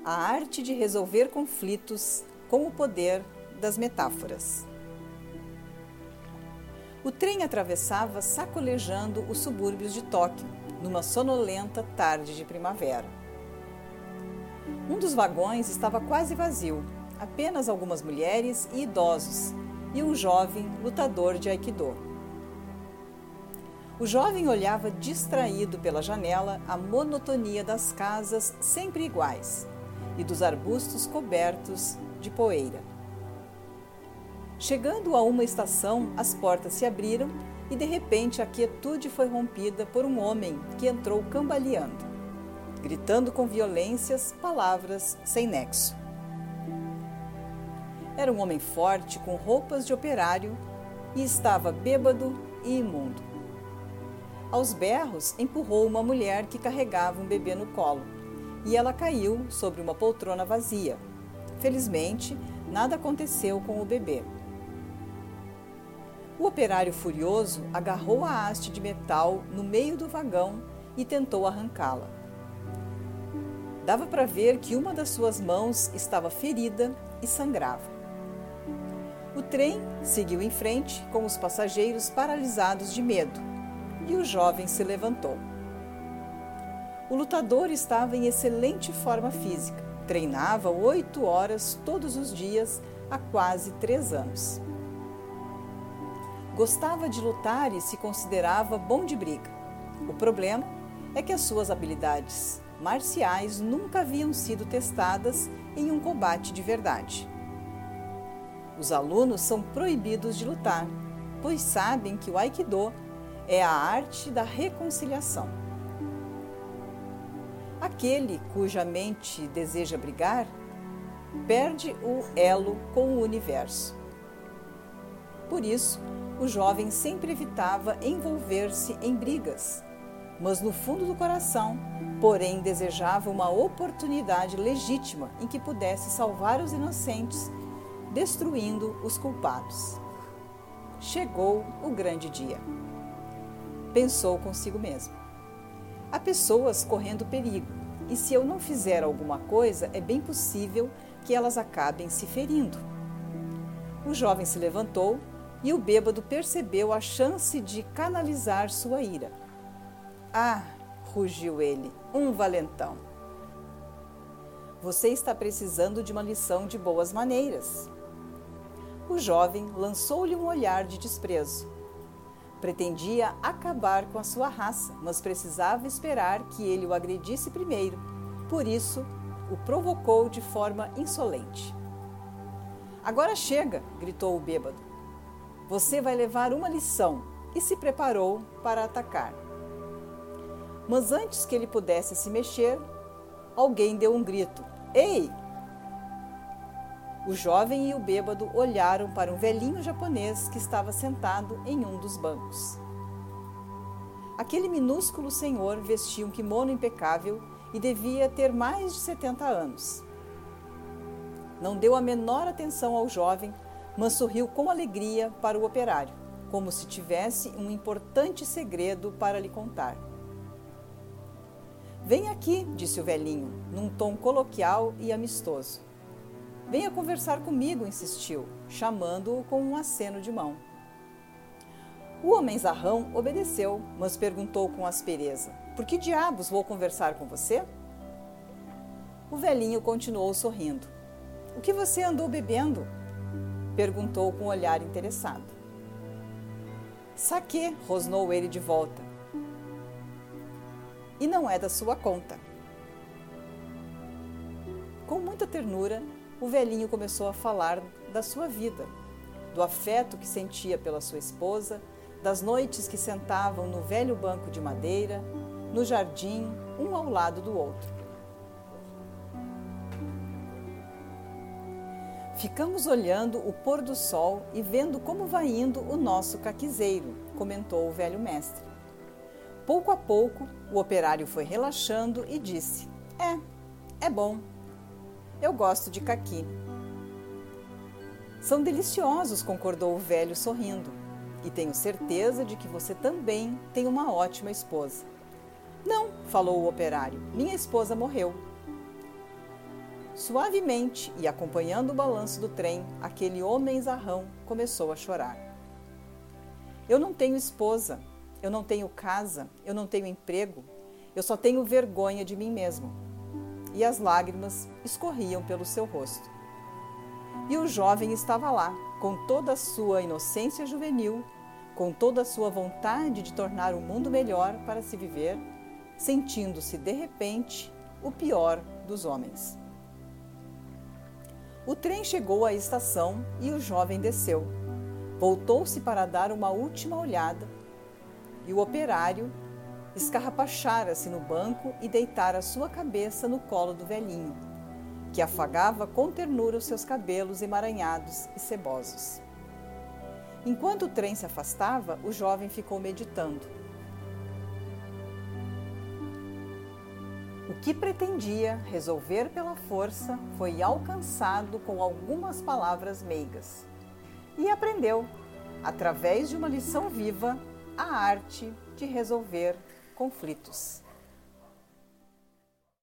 A arte de resolver conflitos com o poder das metáforas. O trem atravessava sacolejando os subúrbios de Tóquio, numa sonolenta tarde de primavera. Um dos vagões estava quase vazio, apenas algumas mulheres e idosos, e um jovem lutador de Aikido. O jovem olhava distraído pela janela a monotonia das casas sempre iguais e dos arbustos cobertos de poeira. Chegando a uma estação, as portas se abriram e de repente a quietude foi rompida por um homem que entrou cambaleando, gritando com violências palavras sem nexo. Era um homem forte com roupas de operário e estava bêbado e imundo. Aos berros, empurrou uma mulher que carregava um bebê no colo e ela caiu sobre uma poltrona vazia. Felizmente, nada aconteceu com o bebê. O operário furioso agarrou a haste de metal no meio do vagão e tentou arrancá-la. Dava para ver que uma das suas mãos estava ferida e sangrava. O trem seguiu em frente com os passageiros paralisados de medo e o jovem se levantou. O lutador estava em excelente forma física. Treinava 8 horas todos os dias há quase 3 anos. Gostava de lutar e se considerava bom de briga. O problema é que as suas habilidades marciais nunca haviam sido testadas em um combate de verdade. Os alunos são proibidos de lutar, pois sabem que o Aikido é a arte da reconciliação. Aquele cuja mente deseja brigar, perde o elo com o universo. Por isso, o jovem sempre evitava envolver-se em brigas, mas no fundo do coração, porém, desejava uma oportunidade legítima em que pudesse salvar os inocentes, destruindo os culpados. Chegou o grande dia. Pensou consigo mesmo. Há pessoas correndo perigo, e se eu não fizer alguma coisa, é bem possível que elas acabem se ferindo. O jovem se levantou e o bêbado percebeu a chance de canalizar sua ira. Ah, rugiu ele, um valentão. Você está precisando de uma lição de boas maneiras. O jovem lançou-lhe um olhar de desprezo. Pretendia acabar com a sua raça, mas precisava esperar que ele o agredisse primeiro. Por isso, o provocou de forma insolente. Agora chega, gritou o bêbado. Você vai levar uma lição, e se preparou para atacar. Mas antes que ele pudesse se mexer, alguém deu um grito. Ei! O jovem e o bêbado olharam para um velhinho japonês que estava sentado em um dos bancos. Aquele minúsculo senhor vestia um kimono impecável e devia ter mais de 70 anos. Não deu a menor atenção ao jovem, mas sorriu com alegria para o operário, como se tivesse um importante segredo para lhe contar. Vem aqui, disse o velhinho, num tom coloquial e amistoso. Venha conversar comigo, insistiu, chamando-o com um aceno de mão. O homenzarrão obedeceu, mas perguntou com aspereza: Por que diabos vou conversar com você? O velhinho continuou sorrindo. O que você andou bebendo? Perguntou com um olhar interessado. Saquê, rosnou ele de volta. E não é da sua conta. Com muita ternura, o velhinho começou a falar da sua vida, do afeto que sentia pela sua esposa, das noites que sentavam no velho banco de madeira, no jardim, um ao lado do outro. Ficamos olhando o pôr do sol e vendo como vai indo o nosso caquizeiro, comentou o velho mestre. Pouco a pouco, o operário foi relaxando e disse: É bom. Eu gosto de caqui. São deliciosos, concordou o velho sorrindo. E tenho certeza de que você também tem uma ótima esposa. Não, falou o operário, minha esposa morreu. Suavemente e acompanhando o balanço do trem, aquele homenzarrão começou a chorar. Eu não tenho esposa, eu não tenho casa, eu não tenho emprego, eu só tenho vergonha de mim mesmo. E as lágrimas escorriam pelo seu rosto. E o jovem estava lá, com toda a sua inocência juvenil, com toda a sua vontade de tornar o mundo melhor para se viver, sentindo-se de repente o pior dos homens. O trem chegou à estação e o jovem desceu. Voltou-se para dar uma última olhada e o operário escarrapachara-se no banco e deitara sua cabeça no colo do velhinho, que afagava com ternura os seus cabelos emaranhados e sebosos. Enquanto o trem se afastava, o jovem ficou meditando. O que pretendia resolver pela força foi alcançado com algumas palavras meigas e aprendeu, através de uma lição viva, a arte de resolver conflitos.